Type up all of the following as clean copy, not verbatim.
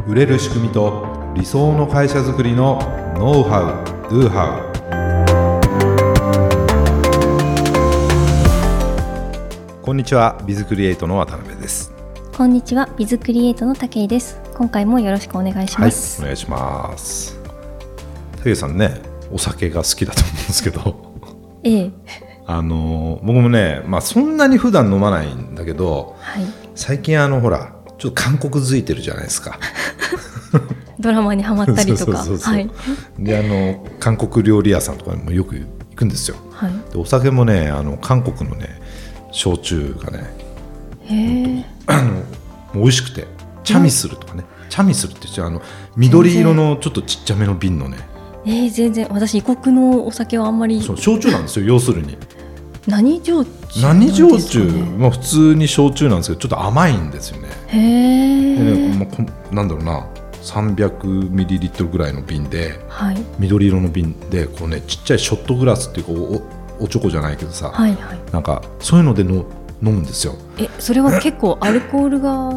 売れる仕組みと理想の会社づくりのノウハウ・ドゥハウ。こんにちは、ビズクリエイトの渡辺です。 こんにちは、ビズクリエイトの武井です。今回もよろしくお願いします。 はい、お願いします。武井さんね、お酒が好きだと思うんですけど僕もね、そんなに普段飲まないんだけど、はい、最近ほらちょっと韓国づいてるじゃないですかドラマにハマったりとかで韓国料理屋さんとかにもよく行くんですよ、はい、でお酒もね韓国のね焼酎がね美味しくてチャミスルとかね、チャミスルって緑色のちょっとちっちゃめの瓶のね全然私異国のお酒はあんまり。 そう、焼酎なんですよ。要するに何焼酎何焼酎、普通に焼酎なんですけどちょっと甘いんですよね。なんだろうな、300ミリリットルぐらいの瓶で、はい、緑色の瓶でこう、ね、ちっちゃいショットグラスっていうか おちょこじゃないけどさ、はいはい、なんかそういうので飲むんですよ。 それは結構アルコールが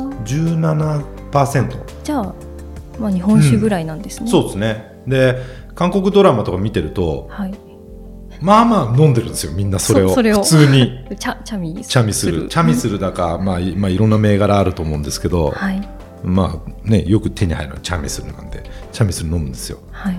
17% じゃあ、日本酒ぐらいなんですね、 そうですね。で韓国ドラマとか見てると、はい、飲んでるんですよ、みんなそれを普通にチャミスルだか、いろんな銘柄あると思うんですけど、はい、よく手に入るのはチャミスルなんでチャミスル飲むんですよ、はい、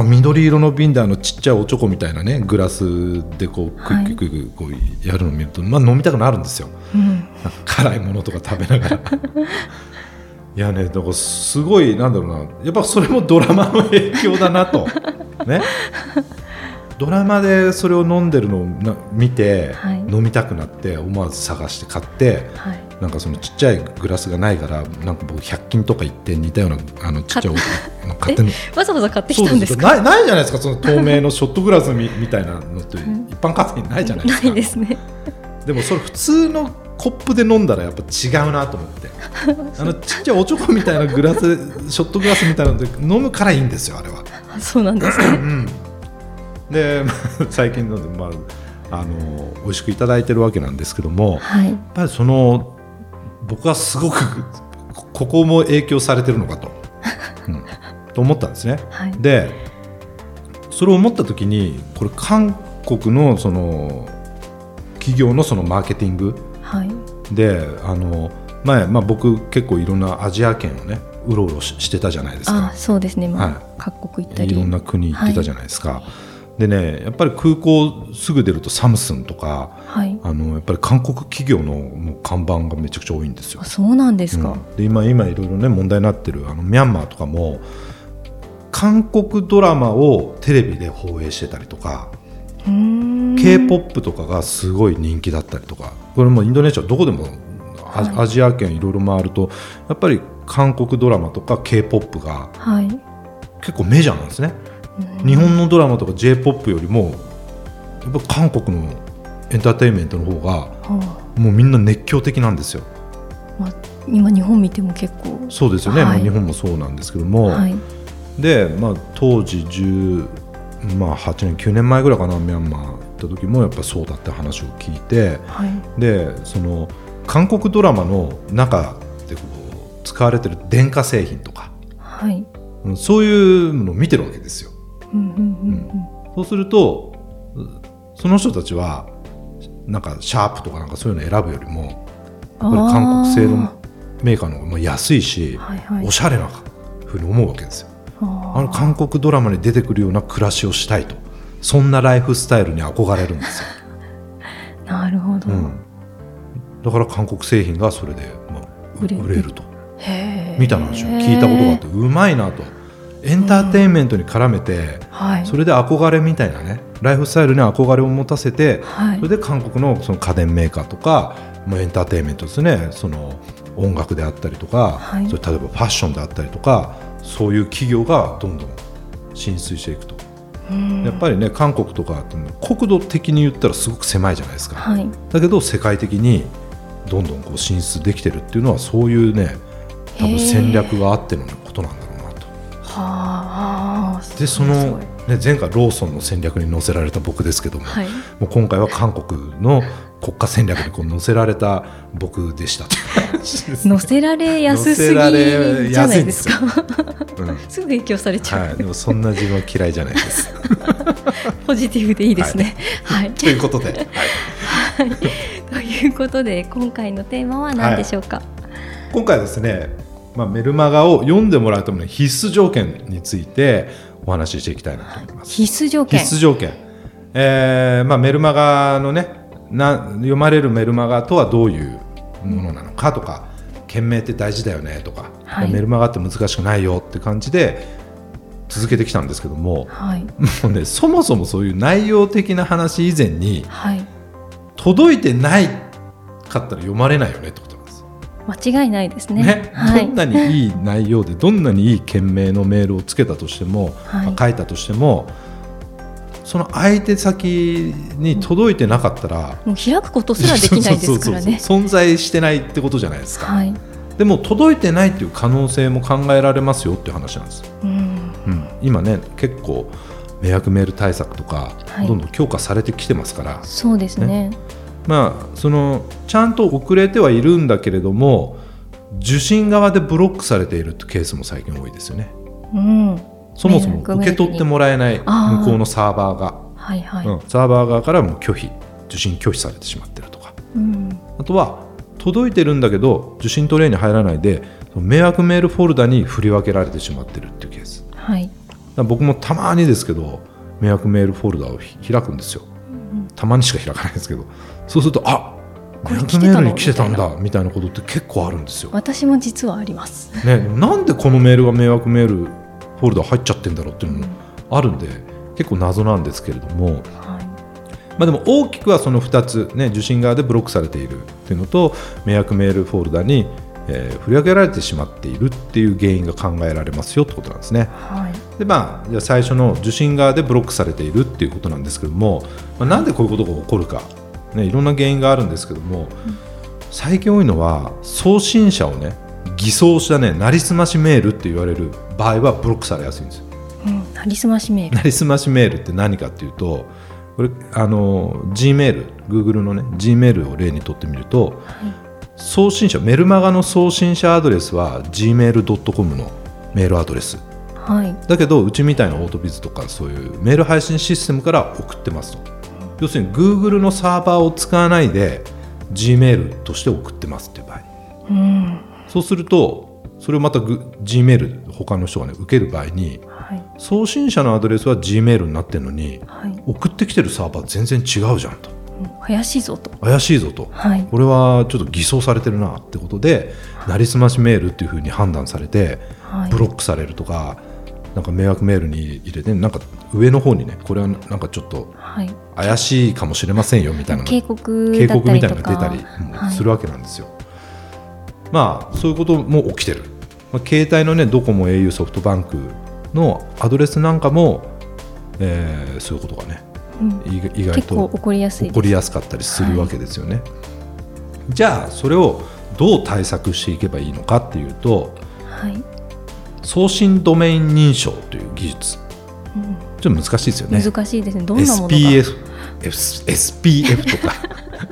緑色の瓶でちっちゃいおちょこみたいなねグラスでこうクイクイこうやるのを見ると、飲みたくなるんですよ、辛いものとか食べながらいやね、だからすごいなんだろうな、やっぱそれもドラマの影響だなとねドラマでそれを飲んでるのを見て、はい、飲みたくなって思わず探して買って、はい、なんかそのちっちゃいグラスがないからなんか僕100均とか行って似たようなちっちゃい買ってわざわざ買ってきたんですか。 ないじゃないですか、その透明のショットグラス みたいなのって一般家庭にないじゃないですか。 ないですね。 でもそれ普通のコップで飲んだらやっぱ違うなと思ってちっちゃいおちょこみたいなグラスショットグラスみたいなので飲むからいいんですよ、あれは。 そうなんですね、 で最近ので、美味しくいただいてるわけなんですけども、はい、やっぱり僕はすごくここも影響されてるのかと、と思ったんですね、はい、でそれを思った時にこれ韓国のその企業のそのマーケティング、はい、で前、僕結構いろんなアジア圏をねうろうろしてたじゃないですか。 そうですね、各国行ったりいろんな国行ってたじゃないですか、はい、でね、やっぱり空港すぐ出るとサムスンとか、はい、やっぱり韓国企業のもう看板がめちゃくちゃ多いんですよ。 そうなんですか、 で今いろいろね問題になってるミャンマーとかも韓国ドラマをテレビで放映してたりとか、K-POP とかがすごい人気だったりとか、これもインドネシアどこでもアジア圏いろいろ回るとやっぱり韓国ドラマとか K-POP が結構メジャーなんですね、日本のドラマとか J-POP よりもやっぱ韓国のエンターテインメントの方がもうみんな熱狂的なんですよ、 今日本見ても結構そうですよね、日本もそうなんですけども、で、当時8年9年前ぐらいかな、ミャンマー行った時もやっぱそうだって話を聞いて、でその韓国ドラマの中でこう使われてる電化製品とか、そういうのを見てるわけですよ、そうするとその人たちはなんかシャープとかなんかそういうのを選ぶよりもやっぱり韓国製のメーカーの方が安いし、おしゃれなふうに思うわけですよ。韓国ドラマに出てくるような暮らしをしたいと、そんなライフスタイルに憧れるんですよ。 なるほど、 だから韓国製品がそれで、売れるとみたいな話を聞いたことがあって、うまいなと、エンターテインメントに絡めて、それで憧れみたいなね、ライフスタイルに憧れを持たせて、それで韓国のその家電メーカーとか、エンターテインメントですね、その音楽であったりとか、それ例えばファッションであったりとか、そういう企業がどんどん進出していくと。やっぱりね、韓国とかって国土的に言ったらすごく狭いじゃないですか、だけど世界的にどんどんこう進出できてるっていうのは、そういうね多分戦略があってのことなんだろうなと。でそのね、前回ローソンの戦略に載せられた僕ですけども、もう今回は韓国の国家戦略にこう載せられた僕でした載せられやすすぎじゃないですかすぐ影響されちゃう、 でもそんな自分は嫌いじゃないですポジティブでいいですね、 ということで、 ということで今回のテーマは何でしょうか。 今回はですね、メルマガを読んでもらうための必須条件についてお話ししていきたいなと思います。 必須条件、 メルマガのね、読まれるメルマガとはどういうものなのかとか、件名って大事だよねとか、メルマガって難しくないよって感じで続けてきたんですけども、もうね、そもそもそういう内容的な話以前に、届いてないかったら読まれないよねってことなんです。 間違いないですね。 どんなにいい内容でどんなにいい件名のメールをつけたとしても、書いたとしても、その相手先に届いてなかったら、 もう開くことすらできないですからね。 存在してないってことじゃないですか、でも届いてないっていう可能性も考えられますよっていう話なんです、今ね、結構迷惑メール対策とか、どんどん強化されてきてますから。 そうですね。 そのちゃんと遅れてはいるんだけれども、受信側でブロックされているってケースも最近多いですよね。そもそも受け取ってもらえない向こうのサーバーが、サーバー側からも受信拒否されてしまっているとか、あとは届いてるんだけど受信トレイに入らないで迷惑メールフォルダに振り分けられてしまっているっていうケース、僕もたまにですけど迷惑メールフォルダを開くんですよ、たまにしか開かないんですけど、そうすると迷惑メールに来てたんだみたいなことって結構あるんですよ。 私も実はあります、 なんでこのメールが迷惑メールフォルダ入っちゃってんだろうっていうのもあるんで、結構謎なんですけれども、でも大きくはその2つ、受信側でブロックされているっていうのと、迷惑メールフォルダに、振り分けられてしまっているっていう原因が考えられますよってことなんですね。で、じゃあ最初の受信側でブロックされているっていうことなんですけども、なんでこういうことが起こるか、いろんな原因があるんですけども、最近多いのは送信者を偽装したなりすましメールって言われる場合はブロックされやすいんですよ。 なりすましメール。 なりすましメールって何かっていうと、これGmail、Google のGmail を例にとってみると、送信者、メルマガの送信者アドレスは gmail.com のメールアドレス、だけどうちみたいなオートビズとかそういうメール配信システムから送ってますと、要するに Google のサーバーを使わないで Gmail として送ってますっていう場合、そうするとそれをまた Gmail 他の人が受ける場合に、送信者のアドレスは Gmail になってるのに、送ってきてるサーバー全然違うじゃんと、 怪しいぞと、これはちょっと偽装されてるなってことで、なりすましメールっていうふうに判断されて、ブロックされるとか、なんか迷惑メールに入れて、なんか上の方にこれはなんかちょっと怪しいかもしれませんよみたいな警告みたいなのが出たりするわけなんですよ。そういうことも起きてる。携帯のドコモ、au、ソフトバンクのアドレスなんかも、そういうことが意外と起こりやすかったりするわけですよね。じゃあそれをどう対策していけばいいのかっていうと、送信ドメイン認証という技術、ちょっと難しいですよね。 難しいですね。どんなものが SPF とか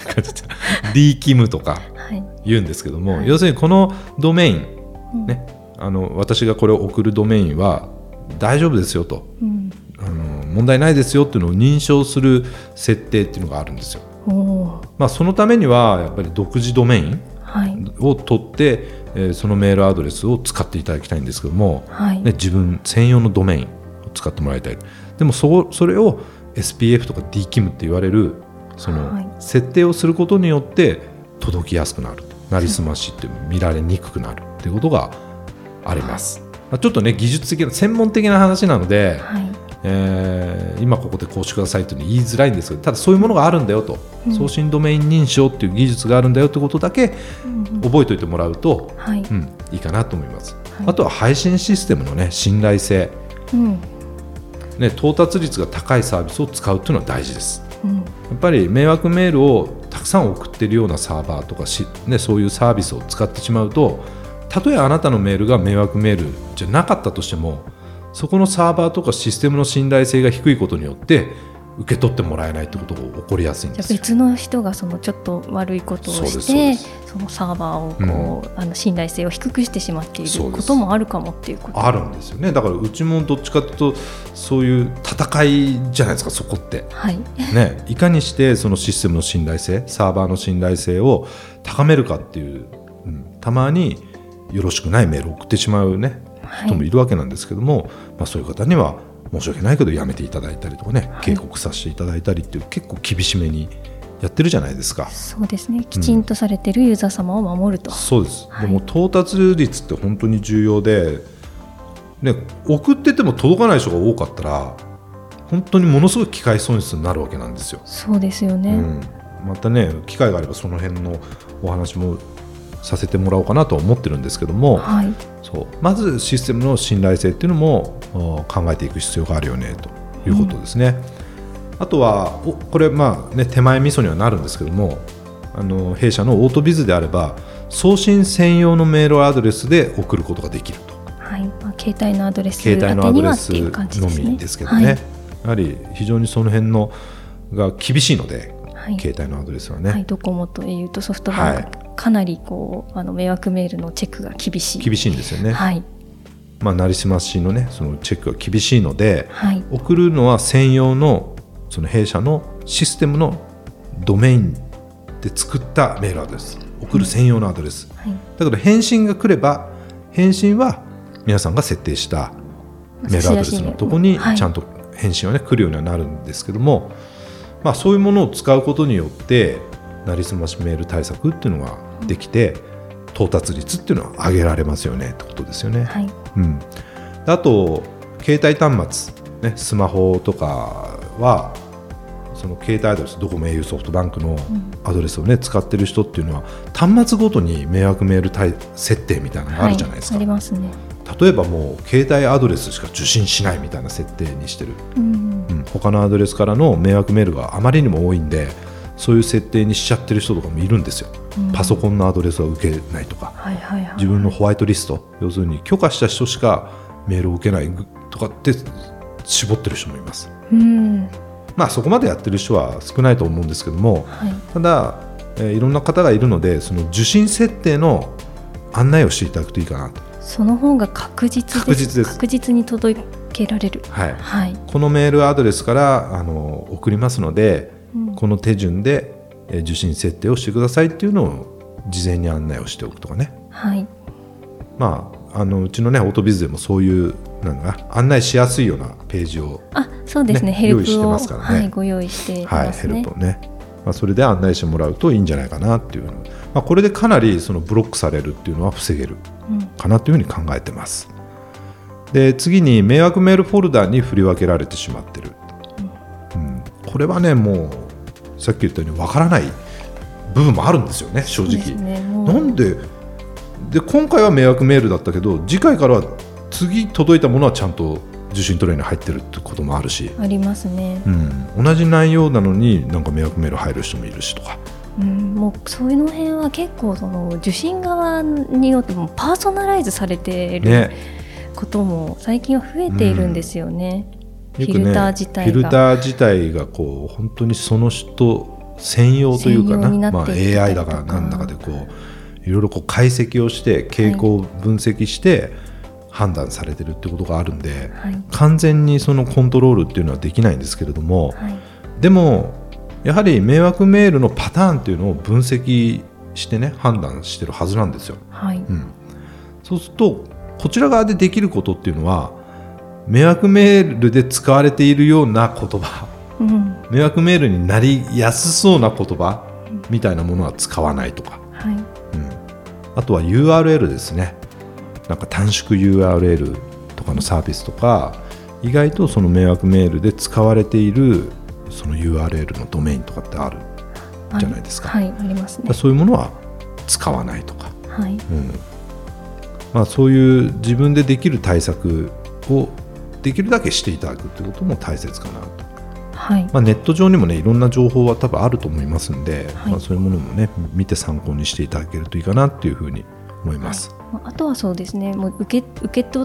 DKIM とか言うんですけども、要するにこのドメイン、私がこれを送るドメインは大丈夫ですよと、問題ないですよっていうのを認証する設定っていうのがあるんですよ。そのためにはやっぱり独自ドメインを取って、そのメールアドレスを使っていただきたいんですけども、自分専用のドメインを使ってもらいたい。でもそれを SPF とか DKIM って言われるその設定をすることによって届きやすくなる、なりすましって見られにくくなるっていうことがあります。ちょっと技術的な専門的な話なので、今ここでこうしてくださいというのは言いづらいんですけど、ただそういうものがあるんだよと、送信ドメイン認証っていう技術があるんだよということだけ覚えておいてもらうと、いいかなと思います。あとは配信システムの信頼性、到達率が高いサービスを使うというのは大事です。やっぱり迷惑メールをたくさん送っているようなサーバーとかそういうサービスを使ってしまうと、たとえあなたのメールが迷惑メールじゃなかったとしても、 そこのサーバーとかシステムの信頼性が低いことによって受け取ってもらえないってことが起こりやすいんですよ。 じゃあ別の人がちょっと悪いことをしてそのサーバーを信頼性を低くしてしまっていることもあるかもっていうことあるんですよね。だからうちもどっちかというとそういう戦いじゃないですか、そこって、はいね、いかにしてそのシステムの信頼性、サーバーの信頼性を高めるかっていう、たまによろしくないメールを送ってしまう、人もいるわけなんですけども、そういう方には申し訳ないけどやめていただいたりとか警告させていただいたりっていう結構厳しめにやってるじゃないですか。 そうですね、きちんとされてるユーザー様を守ると、 そうです、でも到達率って本当に重要で、送ってても届かない人が多かったら本当にものすごい機械損失になるわけなんですよ。 そうですよね、 また機会があればその辺のお話もさせてもらおうかなと思ってるんですけども、そうまずシステムの信頼性っていうのも考えていく必要があるよねということですね。あとはこれ手前味噌にはなるんですけども、弊社のオートビズであれば送信専用のメールアドレスで送ることができると、 携帯のアドレス宛てにはっていう感じですね。 のみですけどね、やはり非常にその辺のが厳しいので、携帯のアドレスはね、 ドコモというとソフトバンク、かなり迷惑メールのチェックが厳しいんですよね。なりすましのそのチェックが厳しいので、送るのは専用のその弊社のシステムのドメインで作ったメールアドレス、送る専用のアドレス、だから返信が来れば返信は皆さんが設定したメールアドレスのところにちゃんと返信は来るようにはなるんですけども、そういうものを使うことによってなりすましメール対策っていうのができて、到達率っていうのは上げられますよねってことですよね。あと携帯端末、スマホとかはその携帯アドレス、ドコモ、au、ソフトバンクのアドレスを使ってる人っていうのは端末ごとに迷惑メール設定みたいなのがあるじゃないですか。 ありますね。 例えばもう携帯アドレスしか受信しないみたいな設定にしてる、他のアドレスからの迷惑メールがあまりにも多いんでそういう設定にしちゃってる人とかもいるんですよ。パソコンのアドレスは受けないとか、自分のホワイトリスト、要するに許可した人しかメールを受けないとかって絞ってる人もいます。そこまでやってる人は少ないと思うんですけども、ただ、いろんな方がいるのでその受信設定の案内をしていただくといいかなと。 その方が確実です。確実に届けられる、 このメールアドレスから送りますので、この手順で受信設定をしてくださいっていうのを事前に案内をしておくとかね、うちのオートビズでもそういう案内しやすいようなページを、 そうですね、ヘルプを用意してますからね、 ご用意していますね。 ヘルプをね、それで案内してもらうといいんじゃないかなっていう、これでかなりそのブロックされるっていうのは防げるかなというふうに考えてます。で次に迷惑メールフォルダに振り分けられてしまってる、これはねもうさっき言ったように分からない部分もあるんですよね、正直。なんで今回は迷惑メールだったけど次回からは次届いたものはちゃんと受信トレイに入ってるってこともあるし、 ありますね、 同じ内容なのになんか迷惑メール入る人もいるしとか、 もうそういうの辺は結構その受信側によってもパーソナライズされている、ことも最近は増えているんですよね。フィルター自体がこう本当にその人専用というかな、AI だかなんだかでいろいろ解析をして傾向を分析して判断されてるってことがあるんで、完全にそのコントロールっていうのはできないんですけれども、でもやはり迷惑メールのパターンっていうのを分析して判断してるはずなんですよ。そうするとこちら側でできることっていうのは迷惑メールで使われているような言葉、迷惑メールになりやすそうな言葉みたいなものは使わないとか、あとは URL ですね。なんか短縮 URL とかのサービスとか、意外とその迷惑メールで使われているその URL のドメインとかってあるじゃないですか。 ありますね。 そういうものは使わないとか、そういう自分でできる対策をできるだけしていただくということも大切かなと。ネット上にもいろんな情報は多分あると思いますので、そういうものも見て参考にしていただけるといいかなというふうに思います。 あとはそうですね、もう受け取っ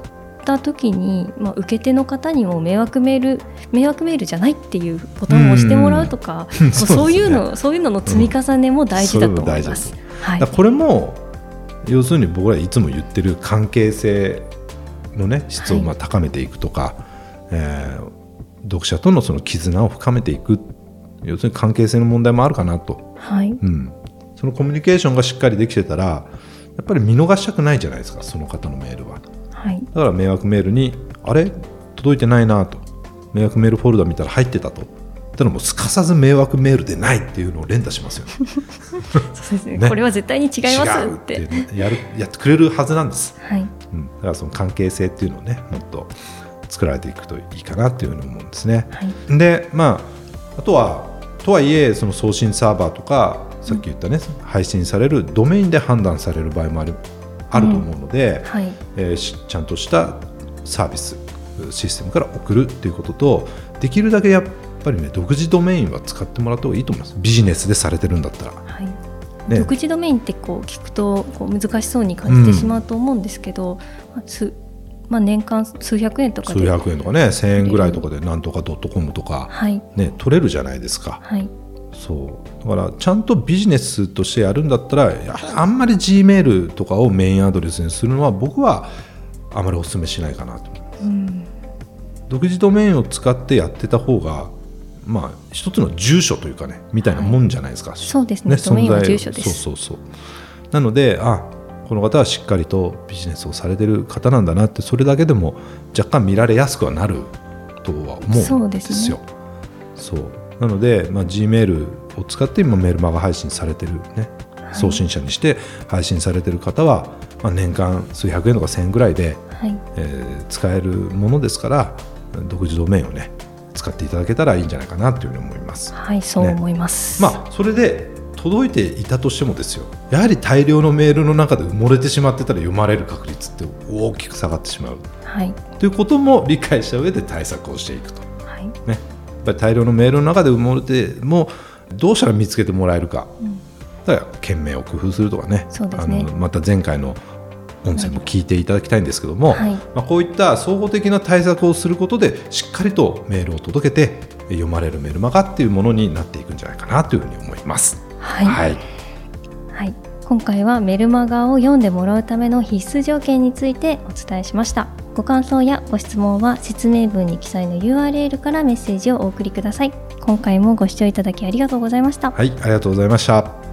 った時に、受け手の方にも迷惑メールじゃないっていうボタンを押してもらうとか、そういうのの積み重ねも大事だと思います。はい、 これも要するに僕らいつも言ってる関係性のね質を高めていくとか、読者とのその絆を深めていく、要するに関係性の問題もあるかなと、 はい、 そのコミュニケーションがしっかりできてたらやっぱり見逃したくないじゃないですか、その方のメールは。 はい、 だから迷惑メールにあれ届いてないなと、迷惑メールフォルダ見たら入ってたと、ただもうすかさず迷惑メールでないっていうのを連打しますよね。 そうですね、これは絶対に違いますってやってくれるはずなんです。 はい、 だからその関係性っていうのをねもっと作られていくといいかなっていうふうに思うんですね。 はい、 であとはとはいえその送信サーバーとかさっき言ったね、配信されるドメインで判断される場合もあると思うので、 はい、 ちゃんとしたサービスシステムから送るっていうことと、できるだけやっぱりね独自ドメインは使ってもらった方がいいと思います。ビジネスでされてるんだったら、 はいね、独自ドメインって聞くと難しそうに感じてしまうと思うんですけど、年間数百円とかでね1000円ぐらいとかでなんとか.com とか、 はいね、取れるじゃないですか。 はい、 そうだからちゃんとビジネスとしてやるんだったらあんまり Gmail とかをメインアドレスにするのは僕はあまりお勧めしないかなと思います。独自ドメインを使ってやってた方が一つの住所というかねみたいなもんじゃないですか。 そうですね、ドメインは住所です。 そうなのでこの方はしっかりとビジネスをされてる方なんだなって、それだけでも若干見られやすくはなるとは思うんですよ。そうなので、Gmail を使って今メルマガ配信されてるね、送信者にして配信されてる方は、年間数百円とか1000円ぐらいで、使えるものですから独自ドメインをね使っていただけたらいいんじゃないかなというふうに思います。 はい、そう思います。 それで届いていたとしてもですよ、やはり大量のメールの中で埋もれてしまってたら読まれる確率って大きく下がってしまう、 はい、 ということも理解した上で対策をしていくと、 はいね、やっぱり大量のメールの中で埋もれてもどうしたら見つけてもらえるか、だから件名を工夫するとかね、 そうですね、 また前回の音声も聞いていただきたいんですけども、 はい、 こういった総合的な対策をすることでしっかりとメールを届けて読まれるメルマガっていうものになっていくんじゃないかなというふうに思います。 はいはいはい、今回はメルマガを読んでもらうための必須条件についてお伝えしました。ご感想やご質問は説明文に記載の URL からメッセージをお送りください。今回もご視聴いただきありがとうございました。 はい、ありがとうございました。